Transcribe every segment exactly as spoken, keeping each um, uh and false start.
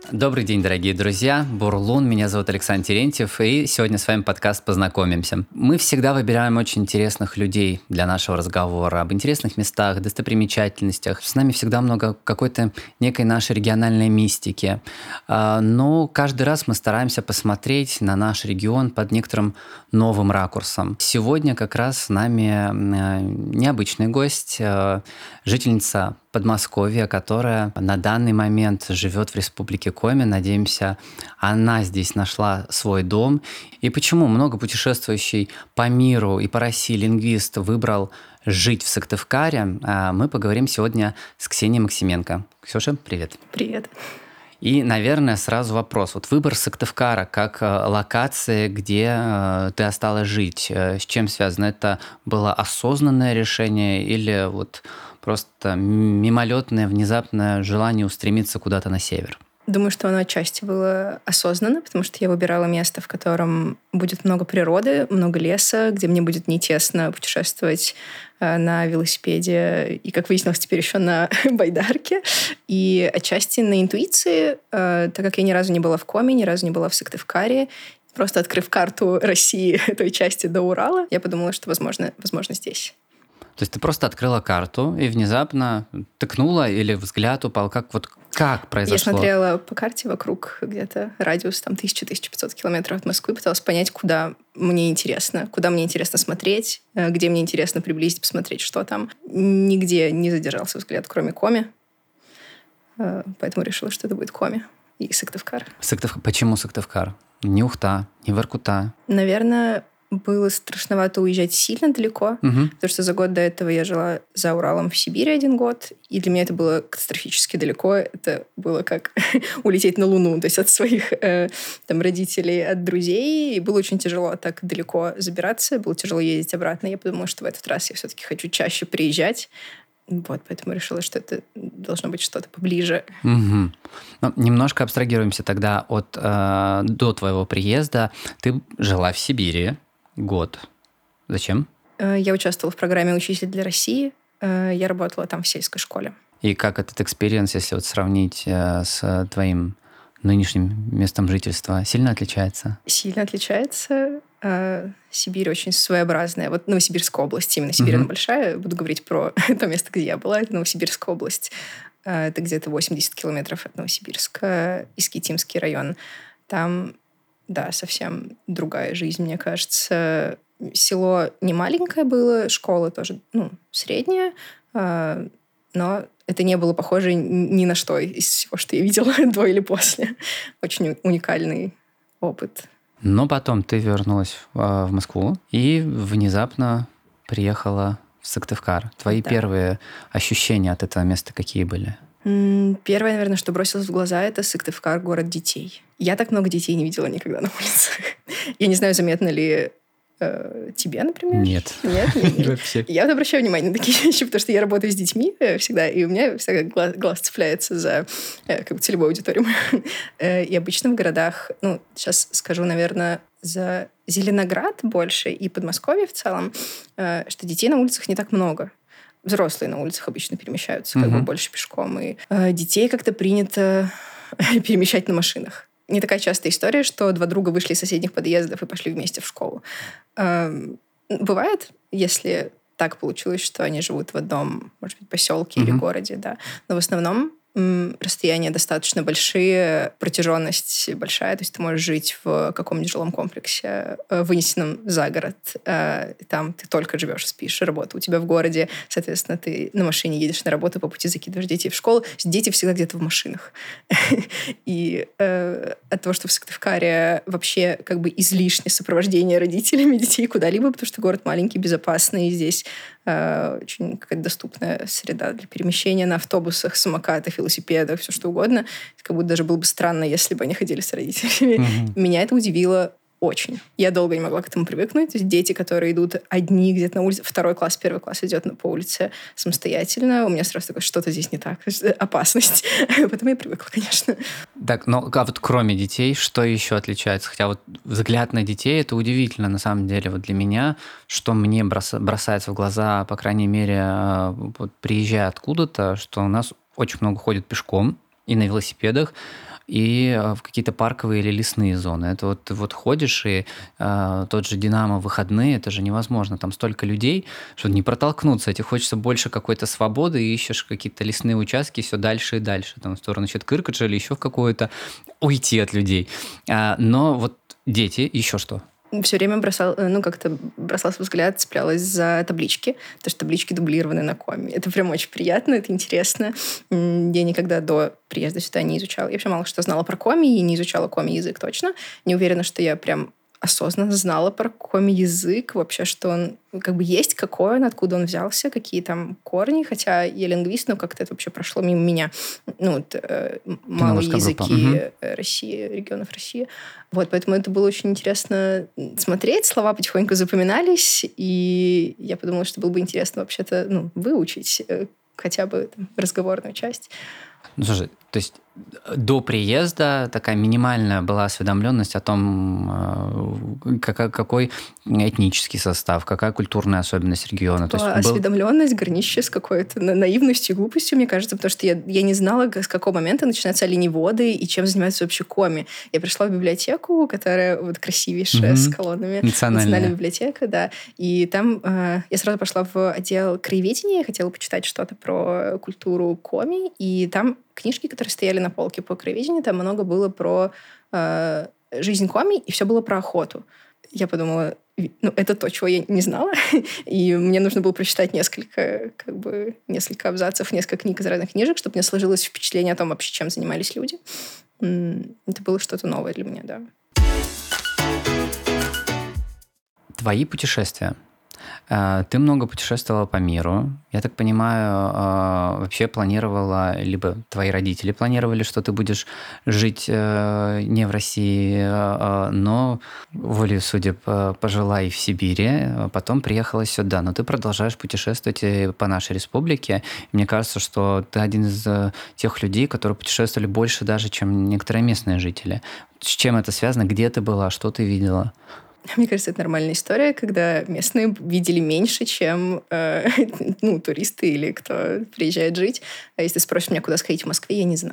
Добрый день, дорогие друзья. Бурлун, меня зовут Александр Терентьев, и сегодня с вами подкаст «Познакомимся». Мы всегда выбираем очень интересных людей для нашего разговора об интересных местах, достопримечательностях. С нами всегда много какой-то некой нашей региональной мистики. Но каждый раз мы стараемся посмотреть на наш регион под некоторым новым ракурсом. Сегодня как раз с нами необычный гость, жительница Подмосковья, которая на данный момент живет в Республике Коми. Надеемся, она здесь нашла свой дом. И почему много путешествующий по миру и по России лингвист выбрал жить в Сыктывкаре, мы поговорим сегодня с Ксенией Максименко. Ксюша, привет. Привет. И, наверное, сразу вопрос. Вот выбор Сыктывкара как локации, где ты осталась жить, с чем связано? Это было осознанное решение или вот просто мимолетное, внезапное желание устремиться куда-то на север? Думаю, что оно отчасти было осознанно, потому что я выбирала место, в котором будет много природы, много леса, где мне будет не тесно путешествовать на велосипеде и, как выяснилось, теперь еще на байдарке. И отчасти на интуиции, так как я ни разу не была в Коми, ни разу не была в Сыктывкаре, просто открыв карту России той части до Урала, я подумала, что, возможно, возможно здесь. То есть ты просто открыла карту и внезапно тыкнула или взгляд упал? Как, вот, как произошло? Я смотрела по карте вокруг где-то радиус там тысяча - тысяча пятьсот километров от Москвы, пыталась понять, куда мне интересно, куда мне интересно смотреть, где мне интересно приблизить, посмотреть, что там. Нигде не задержался взгляд, кроме Коми. Поэтому решила, что это будет Коми и Сыктывкар. Сыктыв... Почему Сыктывкар? Не Ухта, не Воркута. Наверное, было страшновато уезжать сильно далеко, угу. потому что за год до этого я жила за Уралом в Сибири один год, и для меня это было катастрофически далеко. Это было как улететь на Луну, то есть от своих э, там, родителей, от друзей. И было очень тяжело так далеко забираться, было тяжело ездить обратно. Я подумала, что в этот раз я все-таки хочу чаще приезжать. Вот, поэтому решила, что это должно быть что-то поближе. Угу. Ну, немножко абстрагируемся тогда от э, до твоего приезда. Ты жила в Сибири год. Зачем? Я участвовала в программе «Учитель для России». Я работала там в сельской школе. И как этот экспириенс, если вот сравнить с твоим нынешним местом жительства, сильно отличается? Сильно отличается. Сибирь очень своеобразная. Вот Новосибирская область, именно Сибирь, mm-hmm. она большая. Буду говорить про то место, где я была. Это Новосибирская область. Это где-то восемьдесят километров от Новосибирска. Искитимский район. Там... Да, совсем другая жизнь, мне кажется. Село не маленькое было, школа тоже, ну, средняя, э, но это не было похоже ни на что из всего, что я видела до или после. Очень уникальный опыт. Но потом ты вернулась в, в Москву и внезапно приехала в Сыктывкар. Твои да. первые ощущения от этого места какие были? Первое, наверное, что бросилось в глаза, это Сыктывкар, город детей. Я так много детей не видела никогда на улицах. Я не знаю, заметно ли э, тебе, например. Нет. Нет? Нет. Вообще. Я вот обращаю внимание на такие вещи, потому что я работаю с детьми всегда, и у меня всегда глаз, глаз цепляется за э, как бы целевую аудиторию. И обычно в городах, ну, сейчас скажу, наверное, за Зеленоград больше и Подмосковье в целом, э, что детей на улицах не так много. Взрослые на улицах обычно перемещаются как uh-huh. бы больше пешком. И э, детей как-то принято перемещать на машинах. Не такая частая история, что два друга вышли из соседних подъездов и пошли вместе в школу. Э, бывает, если так получилось, что они живут в одном, может быть, поселке uh-huh. или городе, да. Но в основном м, расстояния достаточно большие, протяженность большая, то есть ты можешь жить в каком-нибудь жилом комплексе, э, вынесенном за город. Э, там ты только живешь, спишь, работа у тебя в городе, соответственно, ты на машине едешь на работу, по пути закидываешь детей в школу. Дети всегда где-то в машинах. И э, от того, что в Сыктывкаре вообще как бы излишнее сопровождение родителями детей куда-либо, потому что город маленький, безопасный, и здесь э, очень какая-то доступная среда для перемещения на автобусах, самокатах, велосипедах, все что угодно. Как будто даже было бы странно, если бы они ходили с родителями. Mm-hmm. Меня это удивило очень. Я долго не могла к этому привыкнуть. То есть дети, которые идут одни где-то на улице, второй класс, первый класс идет по улице самостоятельно, у меня сразу такое, что-то здесь не так, опасность. Потом я привыкла, конечно. Так, ну а вот кроме детей, что еще отличается? Хотя вот взгляд на детей, это удивительно на самом деле вот для меня, что мне бросается в глаза, по крайней мере, вот, приезжая откуда-то, что у нас очень много ходят пешком и на велосипедах. и в какие-то парковые или лесные зоны. Это вот ты вот ходишь, и э, тот же «Динамо» в выходные, это же невозможно. Там столько людей, что не протолкнуться. Тебе хочется больше какой-то свободы, и ищешь какие-то лесные участки все дальше и дальше. Там в сторону Читкыркаджа или еще в какую-то, уйти от людей. А, но вот дети, еще что? Все время бросал, ну, как-то бросался взгляд, цеплялась за таблички, потому что таблички дублированы на коми. Это прям очень приятно, это интересно. Я никогда до приезда сюда не изучала. Я вообще мало что знала про коми и не изучала коми-язык точно. Не уверена, что я прям осознанно знала про коми-язык, вообще, что он как бы есть, какой он, откуда он взялся, какие там корни, хотя я лингвист, но как-то это вообще прошло мимо меня. Ну, вот, э, малые языки угу. России, регионов России. Вот, поэтому это было очень интересно смотреть, слова потихоньку запоминались, и я подумала, что было бы интересно вообще-то, ну, выучить э, хотя бы там, разговорную часть. Ну, слушай, то есть до приезда такая минимальная была осведомленность о том, какой, какой этнический состав, какая культурная особенность региона. То есть осведомленность, был... граничащая с какой-то наивностью и глупостью, мне кажется, потому что я, я не знала, с какого момента начинаются оленеводы и чем занимаются вообще коми. Я пришла в библиотеку, которая вот красивейшая, mm-hmm. с колоннами. Национальная. Национальная библиотека, да. И там э, я сразу пошла в отдел краеведения, хотела почитать что-то про культуру коми, и там книжки, которые стояли на полке по краеведению, там много было про э, жизнь коми, и все было про охоту. Я подумала, ну, это то, чего я не знала, и мне нужно было прочитать несколько, как бы, несколько абзацев, несколько книг из разных книжек, чтобы мне сложилось впечатление о том, вообще, чем занимались люди. Это было что-то новое для меня, да. Твои путешествия. Ты много путешествовала по миру. Я так понимаю, вообще планировала, либо твои родители планировали, что ты будешь жить не в России, но волею судеб пожила и в Сибири, потом приехала сюда. Но ты продолжаешь путешествовать по нашей республике. Мне кажется, что ты один из тех людей, которые путешествовали больше даже, чем некоторые местные жители. С чем это связано? Где ты была? Что ты видела? Мне кажется, это нормальная история, когда местные видели меньше, чем э, ну, туристы или кто приезжает жить. А если ты спросишь меня, куда сходить в Москве, я не знаю.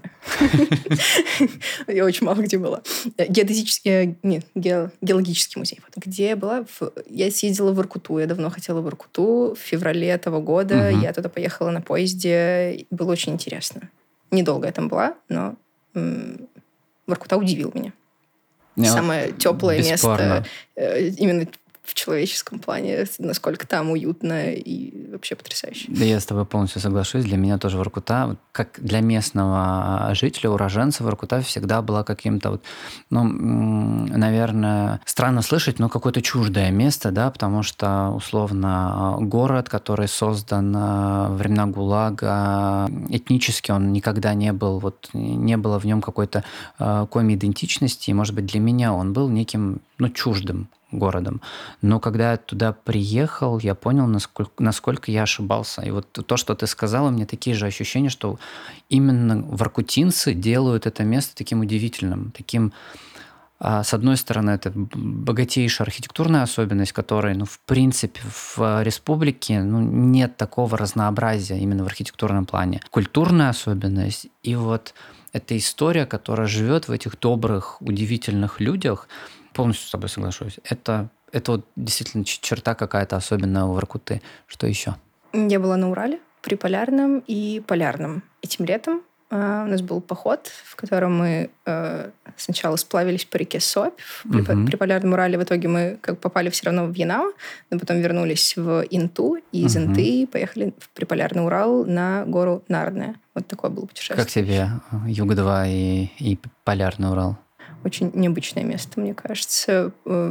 Я очень мало где была. Геодезический, нет, геологический музей. Где я была? Я съездила в Воркуту. Я давно хотела в Воркуту. В феврале этого года я туда поехала на поезде. Было очень интересно. Недолго я там была, но Воркута удивил меня. Самое теплое место э, именно в человеческом плане, насколько там уютно и вообще потрясающе. Да, я с тобой полностью соглашусь. Для меня тоже Воркута, как для местного жителя, уроженца, Воркута всегда была каким-то, вот, ну, наверное, странно слышать, но какое-то чуждое место, да, потому что, условно, город, который создан во времена ГУЛАГа, этнически он никогда не был, вот, не было в нем какой-то коми-идентичности, и, может быть, для меня он был неким, ну, чуждым городом. Но когда я туда приехал, я понял, насколько, насколько я ошибался. И вот то, что ты сказала, у меня такие же ощущения, что именно воркутинцы делают это место таким удивительным, таким, с одной стороны, это богатейшая архитектурная особенность, которой, ну, в принципе, в республике, ну, нет такого разнообразия именно в архитектурном плане. Культурная особенность и вот эта история, которая живет в этих добрых, удивительных людях. Полностью с тобой соглашусь. Это, это вот действительно черта какая-то особенная у Воркуты. Что еще? Я была на Урале, при Полярном и Полярном. Этим летом э, у нас был поход, в котором мы э, сначала сплавились по реке Собь. При, угу. при Полярном Урале в итоге мы как попали все равно в Янао, но потом вернулись в Инту, и из угу. Инты поехали в Приполярный Урал на гору Народная. Вот такое было путешествие. Как тебе Юг-два и, и Полярный Урал? Очень необычное место, мне кажется.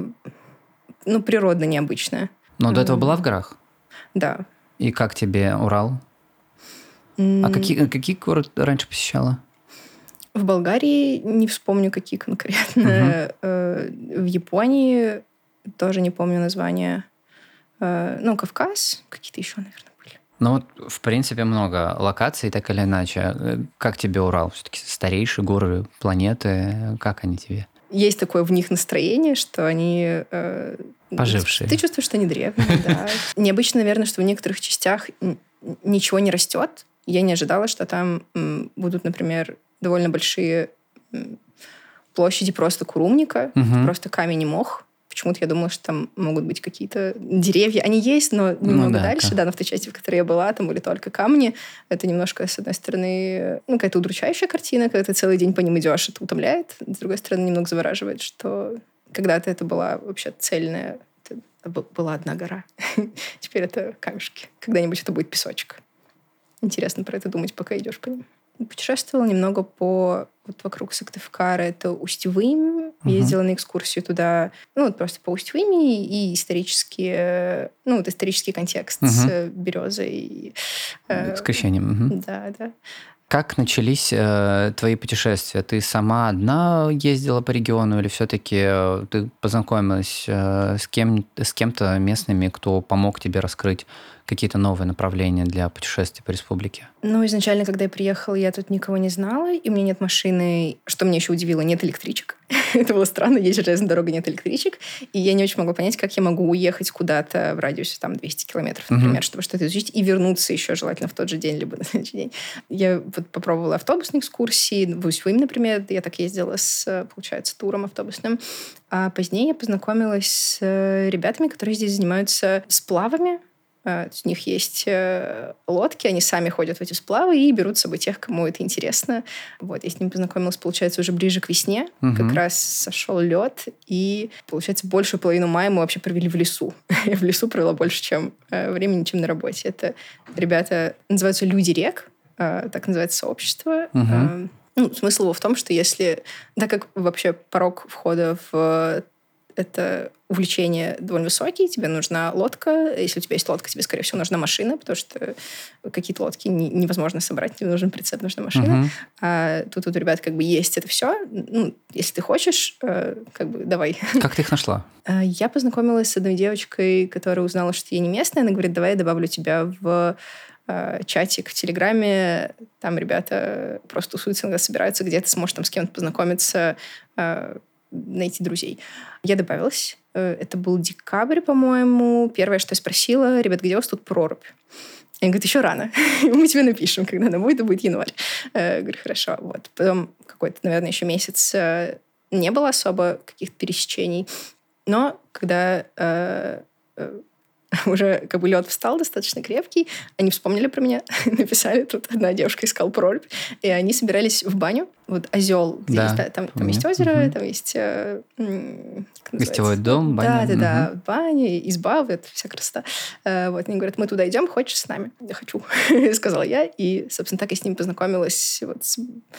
Ну, природно необычное. Но до этого была в горах? Да. И как тебе Урал? Mm. А какие, какие город раньше посещала? В Болгарии не вспомню, какие конкретно. Uh-huh. В Японии тоже не помню названия. Ну, Кавказ, какие-то еще, наверное, были. Ну, вот, в принципе, много локаций, так или иначе. Как тебе Урал? Все-таки старейшие горы планеты. Как они тебе? Есть такое в них настроение, что они... Э, Пожившие. Ты чувствуешь, что они древние, да. Необычно, наверное, что в некоторых частях ничего не растет. Я не ожидала, что там будут, например, довольно большие площади просто Курумника, Угу. просто камень и мох. Почему-то я думала, что там могут быть какие-то деревья. Они есть, но немного Ну да, дальше. да. Да, но в той части, в которой я была, там были только камни. Это немножко, с одной стороны, ну, какая-то удручающая картина, когда ты целый день по ним идешь, это утомляет. С другой стороны, немного завораживает, что когда-то это была вообще цельная... Это была одна гора. Теперь это камешки. Когда-нибудь это будет песочек. Интересно про это думать, пока идешь по ним. Путешествовала немного по вот вокруг Сыктывкара. Это Усть-Вымь. Угу. Ездила на экскурсию туда, ну, вот просто по Усть-Вымь и исторические, ну, вот исторический контекст угу. с березой. С крещением. Угу. Да, да. Как начались э, твои путешествия? Ты сама одна ездила по региону или все-таки э, ты познакомилась э, с, кем, с кем-то местными, кто помог тебе раскрыть какие-то новые направления для путешествий по республике? Ну, изначально, когда я приехала, я тут никого не знала, и у меня нет машины. Что меня еще удивило, нет электричек. Это было странно, есть железная дорога, нет электричек. И я не очень могла понять, как я могу уехать куда-то в радиусе там двести километров, например, mm-hmm. чтобы что-то изучить, и вернуться еще желательно в тот же день, либо на следующий день. Я вот попробовала автобусные экскурсии. В Усть-Вымь, например, я так ездила с, получается, туром автобусным. А позднее я познакомилась с ребятами, которые здесь занимаются сплавами. У них есть лодки, они сами ходят в эти сплавы и берут с собой тех, кому это интересно. Вот, я с ними познакомилась, получается, уже ближе к весне. Угу. Как раз сошел лед, и, получается, большую половину мая мы вообще провели в лесу. Я в лесу провела больше чем времени, чем на работе. Это ребята называются «Люди рек», так называется сообщество. Угу. Ну, смысл его в том, что если... Так как вообще порог входа в это увлечение довольно высокий, тебе нужна лодка. Если у тебя есть лодка, тебе, скорее всего, нужна машина, потому что какие-то лодки не, невозможно собрать, тебе нужен прицеп, нужна машина. Uh-huh. А тут вот у ребят как бы есть это все. Ну, если ты хочешь, как бы давай. Как ты их нашла? Я познакомилась с одной девочкой, которая узнала, что я не местная. Она говорит, давай я добавлю тебя в чатик в Телеграме. Там ребята просто тусуются, иногда собираются, где ты сможешь там с кем-то познакомиться, найти друзей. Я добавилась. Это был декабрь, по-моему. Первое, что я спросила, ребят, где у вас тут прорубь? Они говорят, еще рано. Мы тебе напишем, когда она будет, это будет январь. Я говорю, хорошо. Вот. Потом какой-то, наверное, еще месяц не было особо каких-то пересечений. Но когда э, э, уже как бы лед встал достаточно крепкий, они вспомнили про меня, написали, тут одна девушка искала прорубь, и они собирались в баню. Вот Озел, где да, есть, да, там, там есть озеро, угу. там есть... Э, гостевой дом, баня. Да, да, да, угу. баня, изба, это вся красота. Э, вот, они говорят, мы туда идем, хочешь с нами? Я хочу, сказала я, и, собственно, так я с ними познакомилась вот с...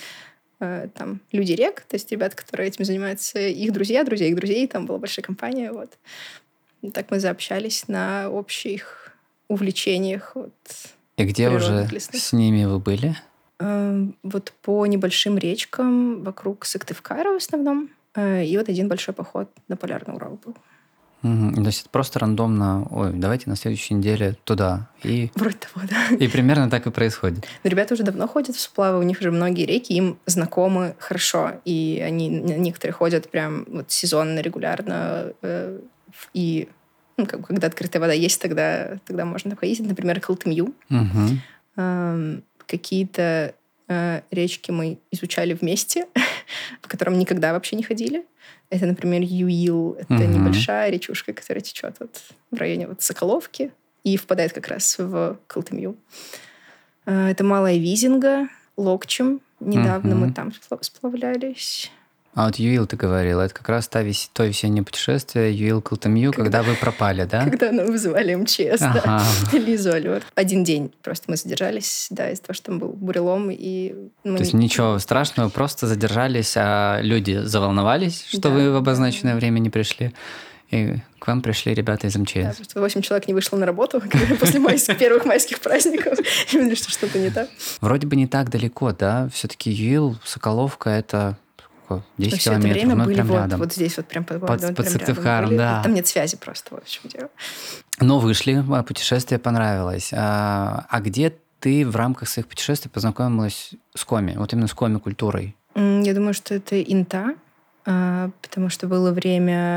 там люди рек, то есть ребята, которые этим занимаются, их друзья, друзья их друзей, там была большая компания, вот. И так мы заобщались на общих увлечениях. Вот, и где уже лесных. С ними вы были? Э, вот по небольшим речкам вокруг Сыктывкара в основном. Э, и вот один большой поход на Полярный Урал был. Угу. То есть это просто рандомно, ой, давайте на следующей неделе туда. И... Вроде того, да. И примерно так и происходит. Но ребята уже давно ходят в сплавы, у них уже многие реки, им знакомы хорошо. И они некоторые ходят прям вот сезонно, регулярно. Э, и ну, как бы, когда открытая вода есть, тогда, тогда можно так ездить. Например, Калтымью. Угу. Э, какие-то э, речки мы изучали вместе, по которым никогда вообще не ходили. Это, например, Юил. Это uh-huh. небольшая речушка, которая течет вот в районе вот Соколовки и впадает как раз в Калтымью. Это Малая Визинга, Локчем. Недавно uh-huh. мы там сплавлялись. А вот Юил ты говорила, это как раз та вес... то весеннее путешествие Юил-Калтымью, когда... когда вы пропали, да? Когда нам вызывали эм че эс, ага. да, или изолер. Один день просто мы задержались, да, из-за того, что там был бурелом. И мы... То есть ничего страшного, просто задержались, а люди заволновались, что да, вы в обозначенное да. время не пришли. И к вам пришли ребята из эм че эс. Да, просто восемь человек не вышло на работу после майских, первых майских праздников. Именно что что-то не так. Вроде бы не так далеко, да? Все-таки Юил, Соколовка — это... десять все километров, это время ну, были прям вот, рядом. вот здесь вот прям под городом. Под, под Сыктывкаром, да. Там нет связи просто, вот в чем дело. Но вышли, путешествие понравилось. А, а где ты в рамках своих путешествий познакомилась с коми? Вот именно с коми-культурой? Я думаю, что это Инта, потому что было время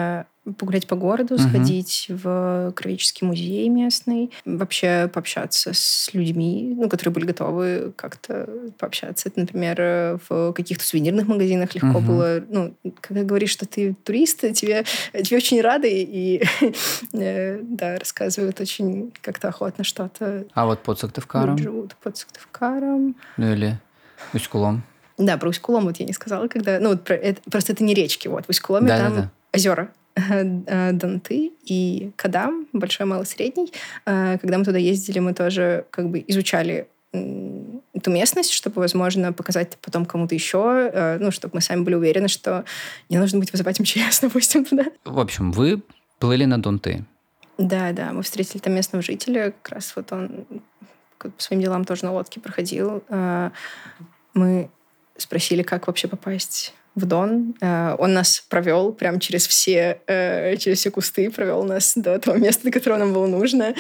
погулять по городу, Мгм. сходить в Кровеческий музей местный, вообще пообщаться с людьми, ну, которые были готовы как-то пообщаться. Это, например, в каких-то сувенирных магазинах легко Мгм. было. Ну, когда говоришь, что ты турист, тебе, тебе очень рады и э, да, рассказывают очень как-то охотно что-то. А вот под Люди Сыктывкаром? живут под Сыктывкаром. Ну или Усть-Кулом? Да, про Усть-Кулом вот я не сказала, когда... Ну, вот про это, просто это не речки. Вот в Усть-Куломе там Да-да-да. озера. Э, Донты и Кадам, большой, малый, средний. Э, Когда мы туда ездили, мы тоже как бы изучали м, эту местность, чтобы, возможно, показать потом кому-то еще, э, ну, чтобы мы сами были уверены, что не нужно будет вызывать эм че эс, допустим, туда. В общем, вы плыли на Донты. Да, да, мы встретили там местного жителя, как раз вот он как бы по своим делам тоже на лодке проходил. Э, Мы спросили, как вообще попасть в Дон. Э, Он нас провел прям через все, э, через все кусты, провел нас до того места, до которого нам было нужно.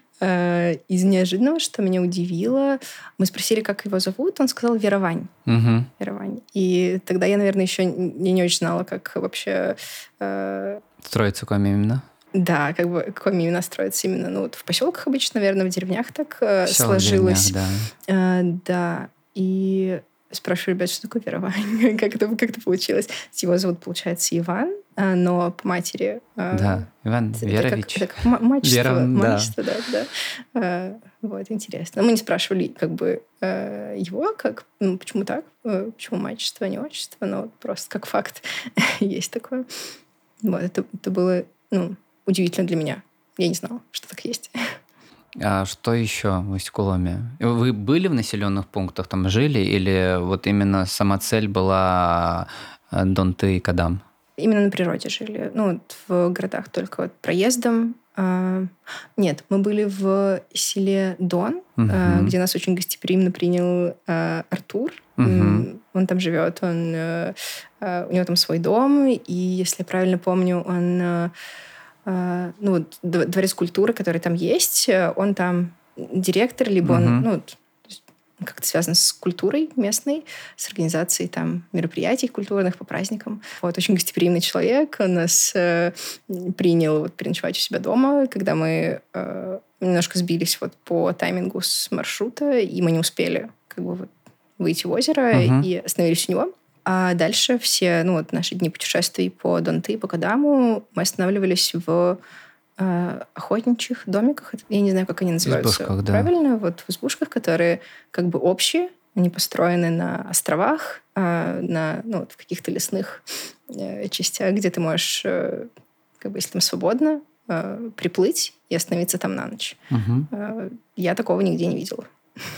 Э, Из неожиданного, что меня удивило, мы спросили, как его зовут, он сказал Веровань. Угу. Веровань. И тогда я, наверное, еще не, не очень знала, как вообще... э, Строится Коми именно? да, как бы какими имена строятся именно. Ну, вот в поселках обычно, наверное, в деревнях так э, Всё в сложилось. деревнях, да. Э, да. И спрашиваю ребят, что такое верование, как это, как это получилось. Его зовут, получается, Иван, э, но по матери... э, Да, Иван это как, Верович. это как ма- мачество, Вера, да. мачество, да, да. Э, вот, интересно. Мы не спрашивали, как бы, э, его, как, ну, почему так, э, почему мачество, а не отчество, но вот просто как факт есть такое. Вот, это, это было, ну, удивительно для меня. Я не знала, что так есть. А что еще в Усть-Куломе? Вы были в населенных пунктах, там жили, или вот именно сама цель была э, Донты и Кадам? Именно на природе жили. Ну, вот в городах только вот проездом. А, Нет, мы были в селе Дон, Мгм. а, где нас очень гостеприимно принял а, Артур. Мгм. М, Он там живет, он, э, а, у него там свой дом, и, если я правильно помню, он... э, а, ну, вот дв- дворец культуры, который там есть, э, он там директор, либо он, Мгм. ну, вот, то есть как-то связан с культурой местной, с организацией там мероприятий культурных по праздникам. Вот, очень гостеприимный человек. Он нас э, принял вот, переночевать у себя дома, когда мы э, немножко сбились вот по таймингу с маршрута, и мы не успели как бы вот выйти в озеро Мгм. и остановились у него. А дальше все, ну вот наши дни путешествий по Донты и по Кадаму мы останавливались в э, охотничьих домиках. Это- Я не знаю, как они называются Избушках, да. правильно. Вот в избушках, которые как бы общие, они построены на островах, а, на, ну, вот в каких-то лесных э, частях, где ты можешь, э, как бы, если там свободно, э, приплыть и остановиться там на ночь. Мгм. Э, Я такого нигде не видела.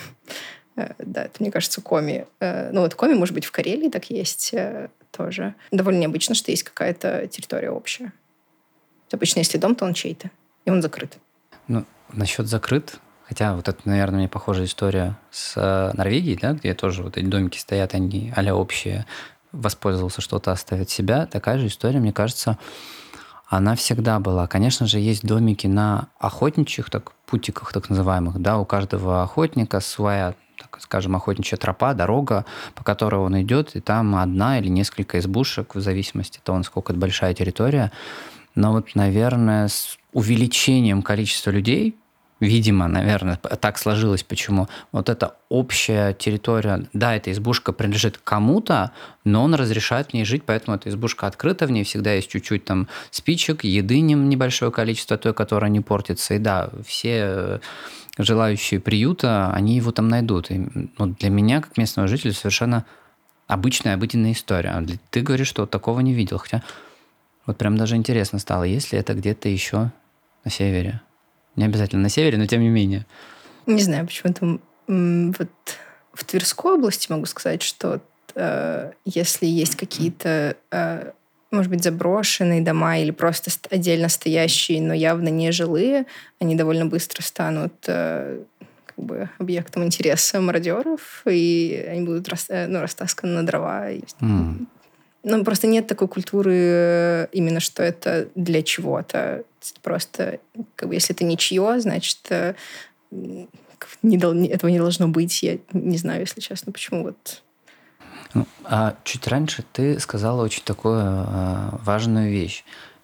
Э, Да, это, мне кажется, Коми. Э, Ну, вот Коми, может быть, в Карелии так есть э, тоже. Довольно необычно, что есть какая-то территория общая. Обычно, если дом, то он чей-то, и он закрыт. Ну, насчет закрыт, хотя вот это, наверное, мне похожая история с э, Норвегией, да, где тоже вот эти домики стоят, они а-ля общие, воспользовался что-то, оставит себя. Такая же история, мне кажется, она всегда была. Конечно же, есть домики на охотничьих так, путиках, так называемых, да, у каждого охотника своя, так скажем, охотничья тропа, дорога, по которой он идет, и там одна или несколько избушек, в зависимости от того, насколько это большая территория. Но вот, наверное, с увеличением количества людей, видимо, наверное, так сложилось, почему вот эта общая территория, да, эта избушка принадлежит кому-то, но он разрешает в ней жить, поэтому эта избушка открыта, в ней всегда есть чуть-чуть там спичек, еды небольшое количество, той, которая не портится. И да, все желающие приюта, они его там найдут. И, ну, для меня, как местного жителя, совершенно обычная, обыденная история. А для- ты говоришь, что вот такого не видел, хотя вот прям даже интересно стало, есть ли это где-то еще на севере. Не обязательно на севере, но тем не менее. Не знаю, почему-то м, вот в Тверской области могу сказать, что э, если есть какие-то, э, может быть, заброшенные дома или просто ст- отдельно стоящие, но явно не жилые, они довольно быстро станут э, как бы объектом интереса мародеров, и они будут рас- э, ну, растасканы на дрова. И- М. Ну, просто нет такой культуры э, именно, что это для чего-то. Это просто, как бы, если это ничье, значит, э, м, не дол- не- этого не должно быть. Я не знаю, если честно, почему вот... Ну, а чуть раньше ты сказала очень такую э, важную вещь,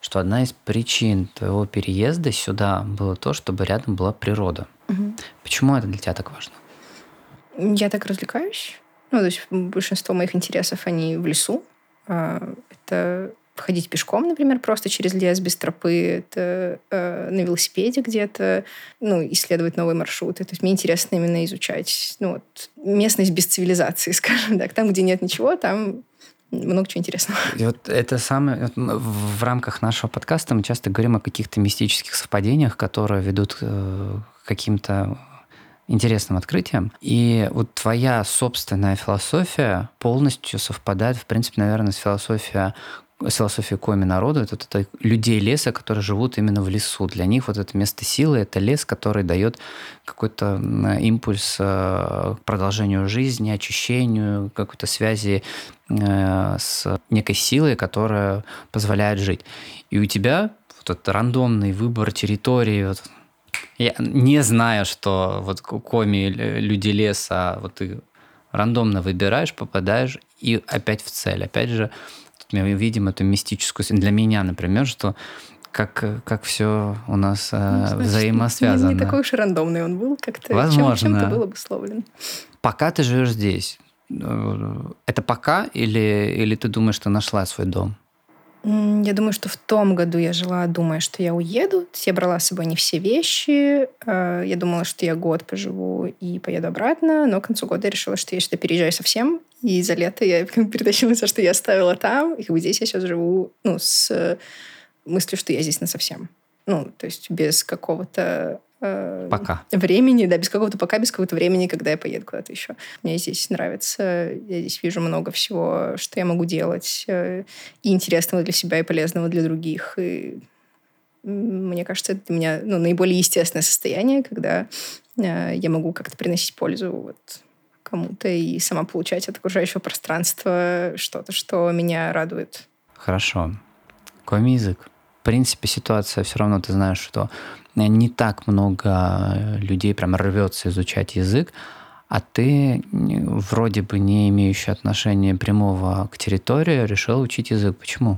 что одна из причин твоего переезда сюда было то, чтобы рядом была природа. Угу. Почему это для тебя так важно? Я так развлекаюсь. Ну, то есть большинство моих интересов, они в лесу. Это ходить пешком, например, просто через лес без тропы, это э, на велосипеде где-то, ну, исследовать новые маршруты. То есть мне интересно именно изучать, ну, вот, местность без цивилизации, скажем так. Там, где нет ничего, там много чего интересного. И вот это самое... В рамках нашего подкаста мы часто говорим о каких-то мистических совпадениях, которые ведут к каким-то интересным открытиям. И вот твоя собственная философия полностью совпадает, в принципе, наверное, с философией с философией коми народу. Это, это людей леса, которые живут именно в лесу. Для них вот это место силы — это лес, который дает какой-то импульс к продолжению жизни, очищению, какой-то связи с некой силой, которая позволяет жить. И у тебя вот этот рандомный выбор территории, вот, я не знаю, что вот коми люди леса, вот ты рандомно выбираешь, попадаешь и опять в цель. Опять же, мы видим эту мистическую... Для меня, например, что как, как все у нас ну, значит, взаимосвязано. Не, не такой уж и рандомный он был, как-то Возможно. Чем, чем-то был обусловлен. Пока ты живешь здесь, это пока или, или ты думаешь, что нашла свой дом? Я думаю, что в том году я жила, думая, что я уеду. Я брала с собой не все вещи. Я думала, что я год поживу и поеду обратно. Но к концу года я решила, что я сюда переезжаю совсем. И за лето я перетащила все, что я оставила там. И как бы здесь я сейчас живу, ну, с мыслью, что я здесь насовсем. Ну, то есть без какого-то... Пока. Времени, да, без какого-то пока, без какого-то времени, когда я поеду куда-то еще. Мне здесь нравится, я здесь вижу много всего, что я могу делать, и интересного для себя, и полезного для других. И мне кажется, это для меня ну, наиболее естественное состояние, когда я могу как-то приносить пользу вот кому-то и сама получать от окружающего пространства что-то, что меня радует. Хорошо. Коми-язык. В принципе, ситуация все равно, ты знаешь, что не так много людей прям рвется изучать язык, а ты, вроде бы не имеющий отношения прямого к территории, решил учить язык. Почему?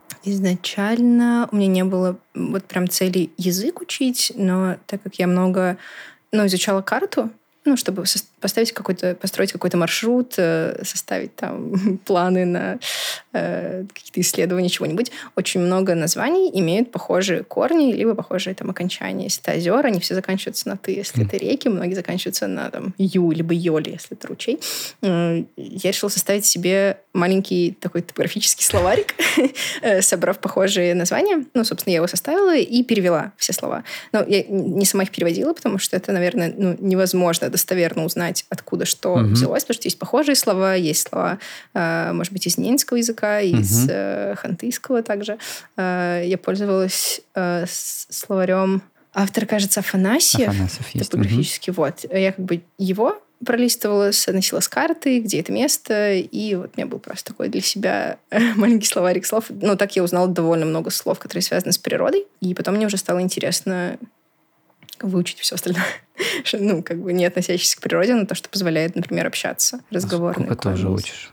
Изначально у меня не было вот прям цели язык учить, но так как я много ну, изучала карту, ну, чтобы поставить какой-то, построить какой-то маршрут, составить там планы на э, какие-то исследования, чего-нибудь. Очень много названий имеют похожие корни, либо похожие там окончания. Если это озера, они все заканчиваются на «ты». Если mm. это реки, многие заканчиваются на там, «ю», либо «йоли», если это ручей. Я решила составить себе маленький такой топографический словарик, собрав похожие названия. Ну, собственно, я его составила и перевела все слова. Но я не сама их переводила, потому что это, наверное, ну, невозможно достоверно узнать, откуда что mm-hmm. взялось, потому что есть похожие слова, есть слова, э, может быть, из ненецкого языка, из mm-hmm. э, хантыйского также. Э, я пользовалась э, словарем автора, кажется, Афанасьев. Афанасьев есть. Топографический. Mm-hmm. Вот. Я как бы его пролистывала, носила с карты, где это место, и вот у меня был просто такой для себя маленький словарик слов. Ну, так я узнала довольно много слов, которые связаны с природой, и потом мне уже стало интересно выучить все остальное. Ну, как бы не относящееся к природе, но то, что позволяет, например, общаться. Разговорный. А сколько ты уже учишь?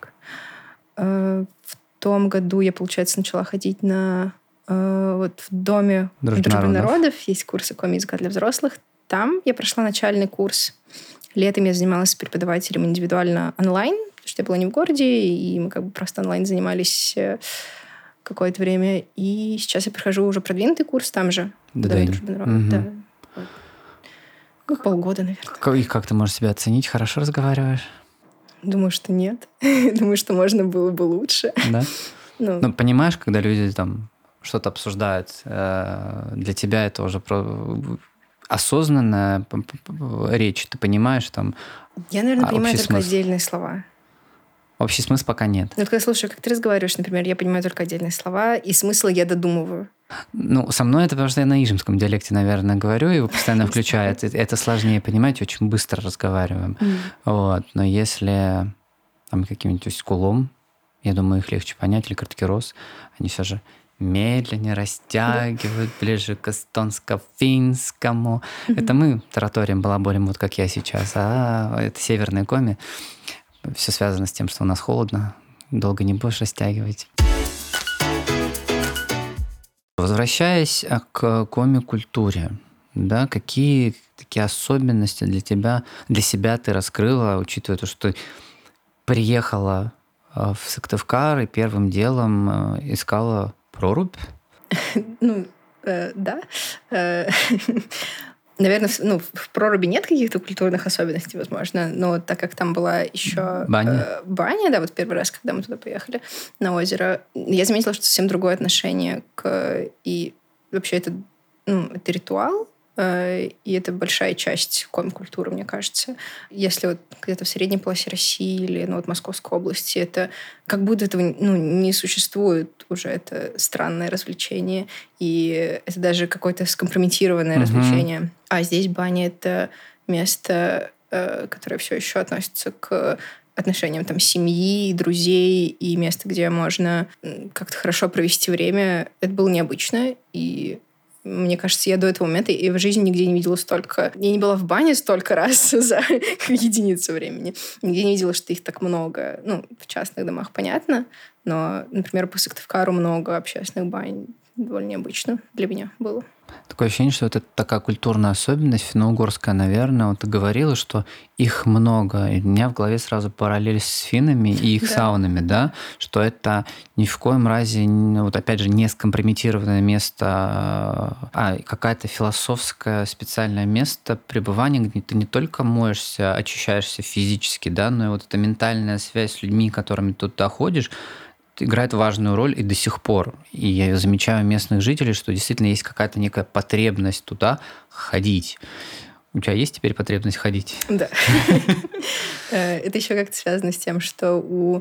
В том году я, получается, начала ходить на... Вот в Доме Дружбы народов. народов есть курсы коми-языка для взрослых. Там я прошла начальный курс. Летом я занималась с преподавателем индивидуально онлайн, потому что я была не в городе, и мы как бы просто онлайн занимались какое-то время. И сейчас я прохожу уже продвинутый курс там же. В Доме дружбы народов. Угу. Да. Ну, полгода, наверное. И как ты можешь себя оценить? Хорошо разговариваешь? Думаю, что нет. Думаю, что можно было бы лучше. Да? Ну, ну понимаешь, когда люди там что-то обсуждают, для тебя это уже про... осознанная речь, ты понимаешь там... Я, наверное, понимаю только смысл. Отдельные слова. Общий смысл пока нет. Ну, когда слушаю, как ты разговариваешь, например, я понимаю только отдельные слова, и смысл я додумываю. Ну, со мной это потому, что я на ижемском диалекте, наверное, говорю, и его постоянно включает. Это сложнее понимать, очень быстро разговариваем. Mm. Вот. Но если там каким-нибудь Усть-Кулом, я думаю, их легче понять, или Карткирос, они все же медленнее растягивают, mm. ближе к эстонско-финскому. Mm-hmm. Это мы тараторим, балаболим, вот как я сейчас, а это северные коми. Все связано с тем, что у нас холодно, долго не будешь растягивать. Возвращаясь к коми-культуре, да, какие такие особенности для тебя, для себя ты раскрыла, учитывая то, что приехала в Сыктывкар и первым делом искала прорубь? Ну, э, да. Наверное, ну, в проруби нет каких-то культурных особенностей, возможно, но так как там была еще баня, э, баня, да, вот первый раз, когда мы туда поехали на озеро, я заметила, что совсем другое отношение к... И вообще это, ну, это ритуал, э, и это большая часть коми-культуры, мне кажется. Если вот где-то в средней полосе России или ну, вот Московской области, это как будто этого ну, не существует уже, это странное развлечение, и это даже какое-то скомпрометированное Мгм. развлечение. А здесь баня — это место, э, которое все еще относится к отношениям там, семьи, друзей, и место, где можно м, как-то хорошо провести время. Это было необычно, и мне кажется, я до этого момента и в жизни нигде не видела столько... Я не была в бане столько раз за единицу времени. Нигде не видела, что их так много. Ну, в частных домах, понятно, но, например, по Сыктывкару много общественных бань. Довольно необычно для меня было. Такое ощущение, что это такая культурная особенность финно-угорская, наверное. Вот ты говорила, что их много. И у меня в голове сразу параллель с финнами и их Да. саунами, да, что это ни в коем разе, вот опять же, не скомпрометированное место, а какое-то философское специальное место пребывания, где ты не только моешься, очищаешься физически, да, но и вот эта ментальная связь с людьми, которыми ты туда ходишь, играет важную роль и до сих пор. И я замечаю местных жителей, что действительно есть какая-то некая потребность туда ходить. У тебя есть теперь потребность ходить? Да. Это еще как-то связано с тем, что у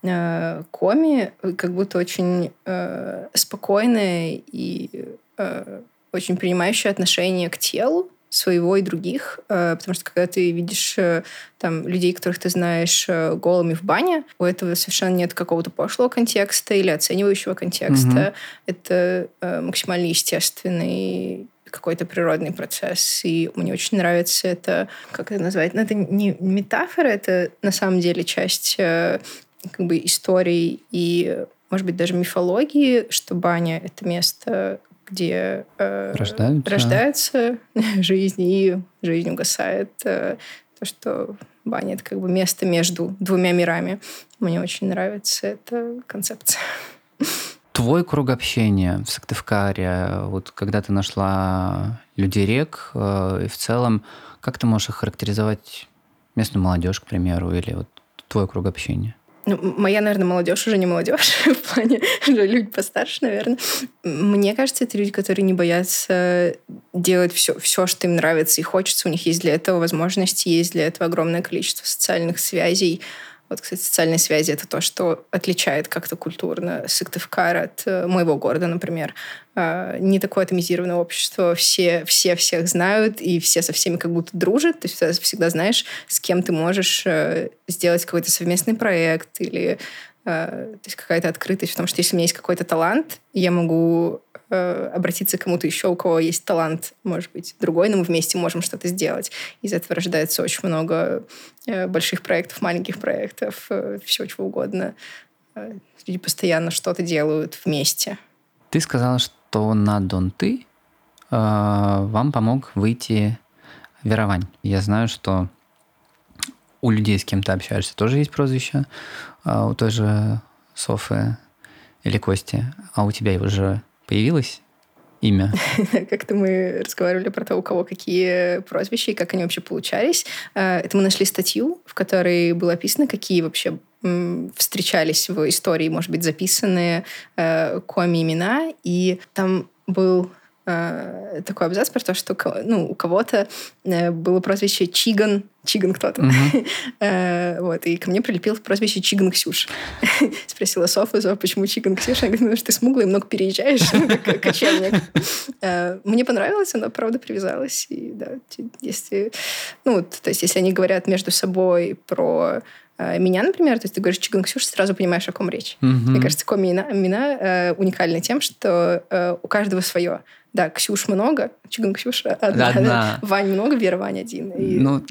коми как будто очень спокойное и очень принимающее отношение к телу своего и других, потому что когда ты видишь там людей, которых ты знаешь голыми в бане, у этого совершенно нет какого-то пошлого контекста или оценивающего контекста. Mm-hmm. Это максимально естественный какой-то природный процесс, и мне очень нравится это, как это назвать, ну, это не метафора, это на самом деле часть как бы истории и, может быть, даже мифологии, что баня — это место, где э, рождаются. рождается жизнь, и жизнь угасает. Э, то, что баня — это как бы место между двумя мирами. Мне очень нравится эта концепция. Твой круг общения в Сыктывкаре, вот когда ты нашла людей рек, э, и в целом, как ты можешь охарактеризовать местную молодежь, к примеру, или вот твой круг общения? Ну, моя, наверное, молодежь уже не молодежь, в плане уже люди постарше, наверное. Мне кажется, это люди, которые не боятся делать все, все, что им нравится и хочется. У них есть для этого возможности, есть для этого огромное количество социальных связей. Вот, кстати, социальные связи — это то, что отличает как-то культурно Сыктывкар от моего города, например. Не такое атомизированное общество. Все, все всех знают, и все со всеми как будто дружат. То есть всегда знаешь, с кем ты можешь сделать какой-то совместный проект или то есть какая-то открытость. Потому что если у меня есть какой-то талант, я могу обратиться к кому-то еще, у кого есть талант, может быть, другой, но мы вместе можем что-то сделать. Из этого рождается очень много больших проектов, маленьких проектов, всего чего угодно. Люди постоянно что-то делают вместе. Ты сказала, что на Донты э, вам помог выйти Веровань. Я знаю, что у людей, с кем ты общаешься, тоже есть прозвище. А у той же Софы или Кости. А у тебя его же появилось имя? Как-то мы разговаривали про то, у кого какие прозвища и как они вообще получались. Это мы нашли статью, в которой было описано, какие вообще встречались в истории, может быть, записанные коми-имена. И там был такой абзац про то, что ну, у кого-то было прозвище Чиган. Чиган кто-то. Uh-huh. Вот, и ко мне прилепил прозвище Чиган Ксюш. Спросила Софа, Софа, почему Чиган Ксюш? Она говорит, ну, что ты смуглый, много переезжаешь, как кочевник. Мне понравилось, она, правда, привязалась. И, да, если, ну, то есть, если они говорят между собой про меня, например, то есть ты говоришь Чиган Ксюш, сразу понимаешь, о ком речь. Uh-huh. Мне кажется, коми-имена э, уникальны тем, что э, у каждого свое. Да, Ксюш много, Чиган Ксюша одна, одна. Вань много, Вера Вань один. И... Ну, именно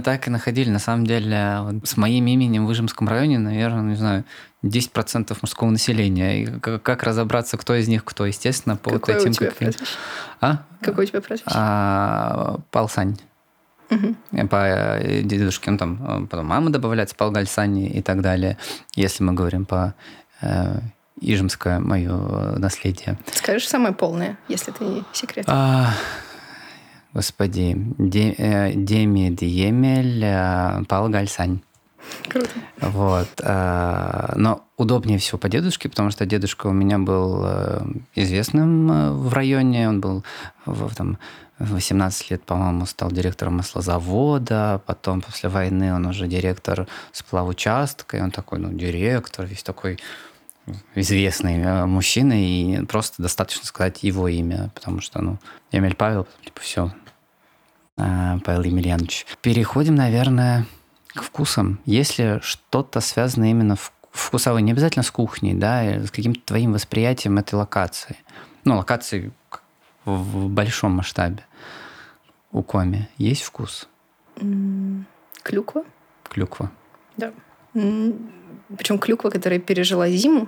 именно так и находили. На самом деле, вот с моим именем в Ижемском районе, наверное, не знаю, десять процентов мужского населения. И как, как разобраться, кто из них кто? Естественно, по Какое вот этим... у тебя каким... прозвище? А? Какое у тебя прозвище? А, Пал Сань. Угу. По дедушке, ну там потом мама добавляется, Палгаль Сани и так далее. Если мы говорим по э, ижемское мое наследие. Скажешь самое полное, если это не секрет. А, господи, Де, э, Деми Диемель э, Палгаль Сань. Круто. Вот. Э, но удобнее всего по дедушке, потому что дедушка у меня был э, известным в районе. Он был в, там, в восемнадцать лет, по-моему, стал директором маслозавода. Потом после войны он уже директор сплавучастка. И он такой, ну, директор, весь такой известный э, мужчина. И просто достаточно сказать его имя, потому что, ну, Емель Павел, типа, все. Э, Павел Емельянович. Переходим, наверное, к вкусам. Если что-то связано именно в вкусовой, не обязательно с кухней, да, с каким-то твоим восприятием этой локации. Ну, локации в большом масштабе. У Коми есть вкус? Клюква. Клюква. Да. Причем клюква, которая пережила зиму,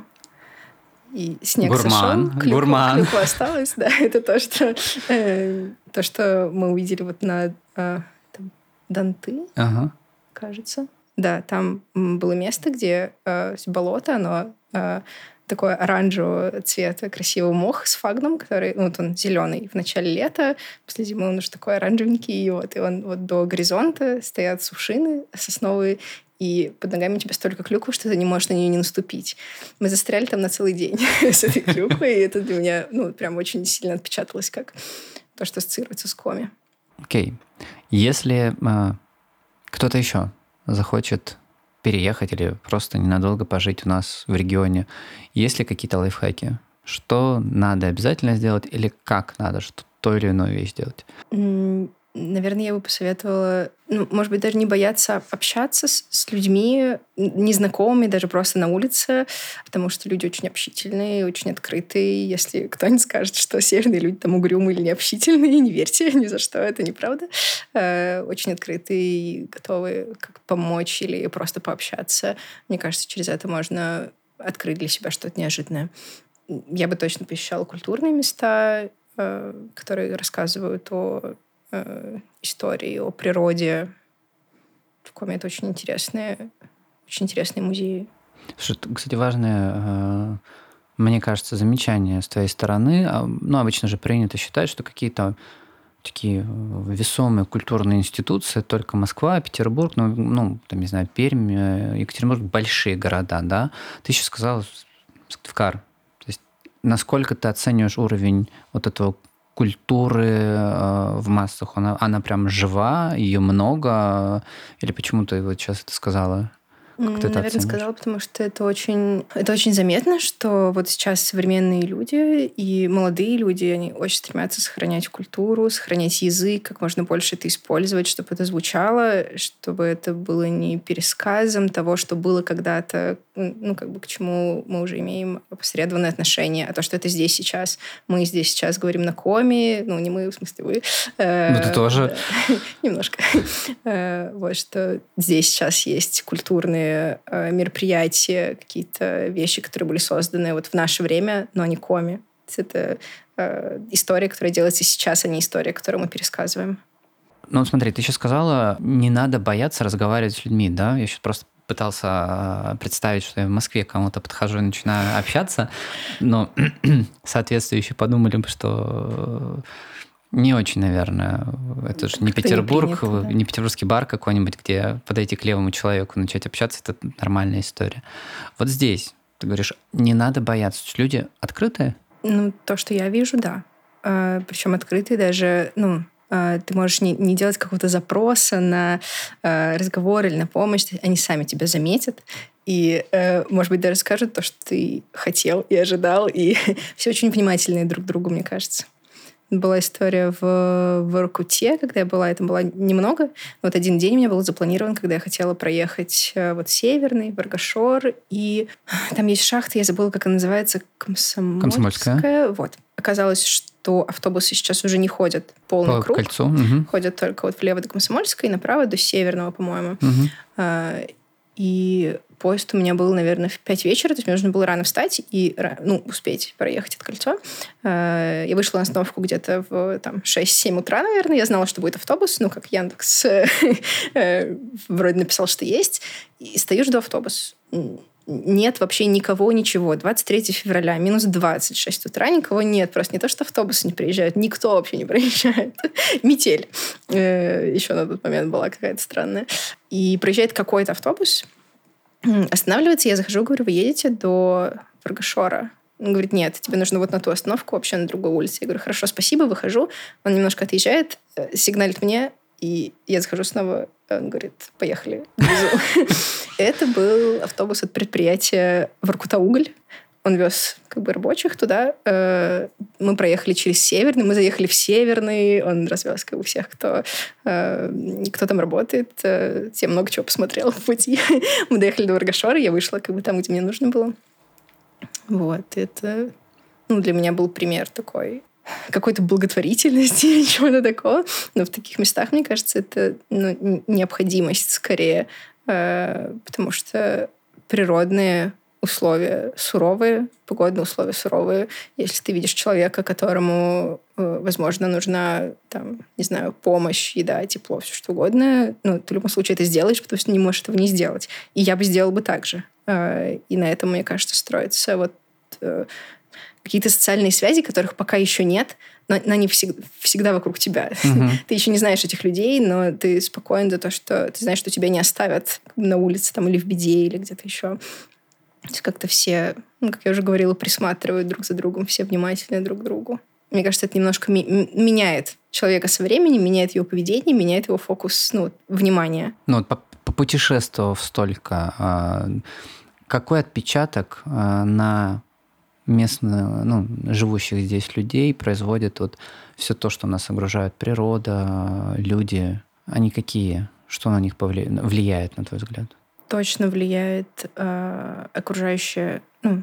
и снег Гурман. сошел, клюква, Гурман. клюква осталась. Да, это то, что, э, то, что мы увидели вот на э, там, Данты, ага. кажется. Да, там было место, где э, болото, оно э, такое оранжевого цвета, красивый мох с фагном, который, ну, вот он зеленый в начале лета, после зимы он уже такой оранжевенький, и вот, и он вот до горизонта стоят сушины сосновые, и под ногами у тебя столько клюквы, что ты не можешь на нее не наступить. Мы застряли там на целый день с этой клюквой, и это для меня, ну, прям очень сильно отпечаталось, как то, что ассоциируется с Коми. Окей. Okay. Если э, кто-то еще захочет переехать или просто ненадолго пожить у нас в регионе, есть ли какие-то лайфхаки? Что надо обязательно сделать или как надо что то или иное вещь делать? Наверное, я бы посоветовала, ну, может быть, даже не бояться общаться с, с людьми, незнакомыми, даже просто на улице, потому что люди очень общительные, очень открытые. Если кто-нибудь скажет, что северные люди там угрюмые или необщительные, не верьте ни за что, это неправда. Э, очень открытые и готовы как помочь или просто пообщаться. Мне кажется, через это можно открыть для себя что-то неожиданное. Я бы точно посещала культурные места, э, которые рассказывают о истории, о природе. В Коми это очень интересные, очень интересные музеи. Слушай, кстати, важное, мне кажется, замечание с твоей стороны. Ну, обычно же принято считать, что какие-то такие весомые культурные институции только Москва, Петербург, ну, ну там, не знаю, Пермь, Екатеринбург, большие города, да? Ты еще сказала Сыктывкар. То есть насколько ты оцениваешь уровень вот этого культуры э, в массах? Она, она прям жива, ее много? Или почему ты вот сейчас это сказала? Как ты это Наверное, оценишь? сказала, потому что это очень, это очень заметно, что вот сейчас современные люди и молодые люди, они очень стремятся сохранять культуру, сохранять язык, как можно больше это использовать, чтобы это звучало, чтобы это было не пересказом того, что было когда-то, ну, как бы к чему мы уже имеем опосредованное отношение, а то, что это здесь сейчас. Мы здесь сейчас говорим на Коми, ну, не мы, в смысле вы. Ну, ты тоже. Немножко. Вот, что здесь сейчас есть культурные мероприятия, какие-то вещи, которые были созданы вот в наше время, но не Коми. Это э, история, которая делается сейчас, а не история, которую мы пересказываем. Ну, смотри, ты сейчас сказала, не надо бояться разговаривать с людьми, да? Я сейчас просто пытался представить, что я в Москве к кому-то подхожу и начинаю общаться, но соответствующие подумали бы, что не очень, наверное. Это же не Петербург, не, принято, да. не петербургский бар какой-нибудь, где подойти к левому человеку, начать общаться, это нормальная история. Вот здесь, ты говоришь, не надо бояться. Люди открытые? Ну, то, что я вижу, да. А, причем открытые даже, ну, а, ты можешь не, не делать какого-то запроса на а, разговор или на помощь, они сами тебя заметят. И, э, может быть, даже скажут то, что ты хотел и ожидал. И все очень внимательные друг к другу, мне кажется. была история в, в Воркуте, когда я была, это было немного. Вот один день у меня был запланирован, когда я хотела проехать вот Северный, Варгашор, и там есть шахта, я забыла, как она называется, Комсомольская. Комсомольская. Вот. Оказалось, что автобусы сейчас уже не ходят полный По круг. кольцу. Угу. Ходят только вот влево до Комсомольской и направо до Северного, по-моему. Угу. И поезд у меня был, наверное, в пять вечера, то есть мне нужно было рано встать и ну, успеть проехать это кольцо. Я вышла на остановку где-то в там, шесть-семь утра, наверное. Я знала, что будет автобус, ну, как Яндекс вроде написал, что есть. И стою, жду автобус. Нет вообще никого, ничего. двадцать третьего февраля, минус двадцать шесть утра, никого нет. Просто не то, что автобусы не приезжают, никто вообще не приезжает. Метель. Еще на тот момент была какая-то странная. И приезжает какой-то автобус, останавливается, я захожу, говорю, вы едете до Варгашора? Он говорит, нет, тебе нужно вот на ту остановку, вообще на другой улице. Я говорю, хорошо, спасибо, выхожу. Он немножко отъезжает, сигналит мне, и я захожу снова, он говорит, поехали, довезу. Это был автобус от предприятия «Воркута-Уголь». Он вез как бы рабочих туда. Мы проехали через Северный, мы заехали в Северный. Он развез как бы всех, кто, кто там работает. Я много чего посмотрела в пути. Мы доехали до Варгашора, я вышла как бы там, где мне нужно было. Вот. Это ну, для меня был пример такой какой-то благотворительности или чего-то такого. Но в таких местах, мне кажется, это ну, необходимость скорее, потому что природные условия суровые, погодные условия суровые. Если ты видишь человека, которому, возможно, нужна, там, не знаю, помощь, еда, тепло, все что угодно, ну, ты в любом случае это сделаешь, потому что не можешь этого не сделать. И я бы сделала бы так же. И на этом, мне кажется, строятся вот какие-то социальные связи, которых пока еще нет, но они всегда, всегда вокруг тебя. Uh-huh. Ты еще не знаешь этих людей, но ты спокоен за то, что ты знаешь, что тебя не оставят на улице там, или в беде, или где-то еще. То есть как-то все, ну, как я уже говорила, присматривают друг за другом, все внимательны друг к другу. Мне кажется, это немножко ми- меняет человека со временем, меняет его поведение, меняет его фокус, ну, внимания. Ну, вот попутешествовав столько, какой отпечаток на местно, ну, живущих здесь людей производит вот все то, что нас окружает природа, люди? Они какие? Что на них повли... влияет, на твой взгляд? Точно влияет э, окружающая ну,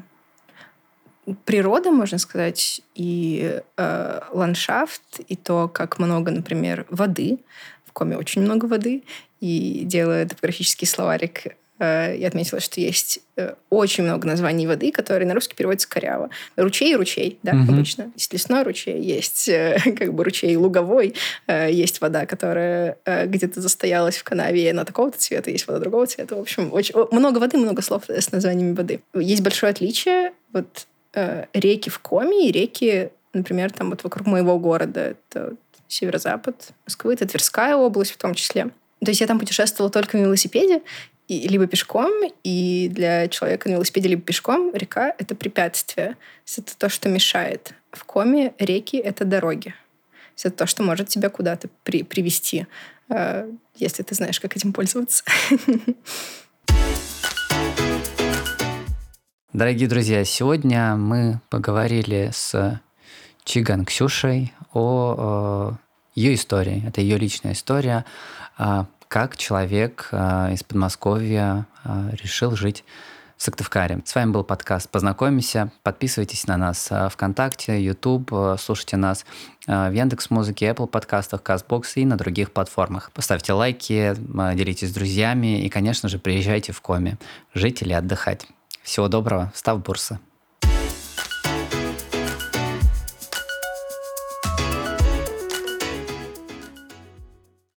природа, можно сказать, и э, ландшафт, и то, как много, например, воды. В Коми очень много воды. И делая топографический словарик, э, я отметила, что есть э, очень много названий воды, которые на русский переводятся коряво. Ручей и ручей, да, mm-hmm. обычно. Есть лесной ручей, есть э, как бы ручей луговой, э, есть вода, которая э, где-то застоялась в канаве, и она такого-то цвета, есть вода другого цвета. В общем, очень, много воды, много слов с названиями воды. Есть большое отличие. Вот э, реки в Коми и реки, например, там вот вокруг моего города. Это вот северо-запад Москвы, это Тверская область в том числе. То есть я там путешествовала только на велосипеде, и, либо пешком, и для человека на велосипеде либо пешком река — это препятствие. Это то, что мешает. В Коми реки — это дороги. Это то, что может тебя куда-то при, привести, если ты знаешь, как этим пользоваться. Дорогие друзья, сегодня мы поговорили с Чиган Ксюшей о, о ее истории. Это ее личная история, как человек из Подмосковья решил жить в Сыктывкаре. С вами был подкаст «Познакомимся». Подписывайтесь на нас ВКонтакте, YouTube, слушайте нас в Яндекс.Музыке, Apple подкастах, Castbox и на других платформах. Поставьте лайки, делитесь с друзьями и, конечно же, приезжайте в Коми жить или отдыхать. Всего доброго. Став Бурса.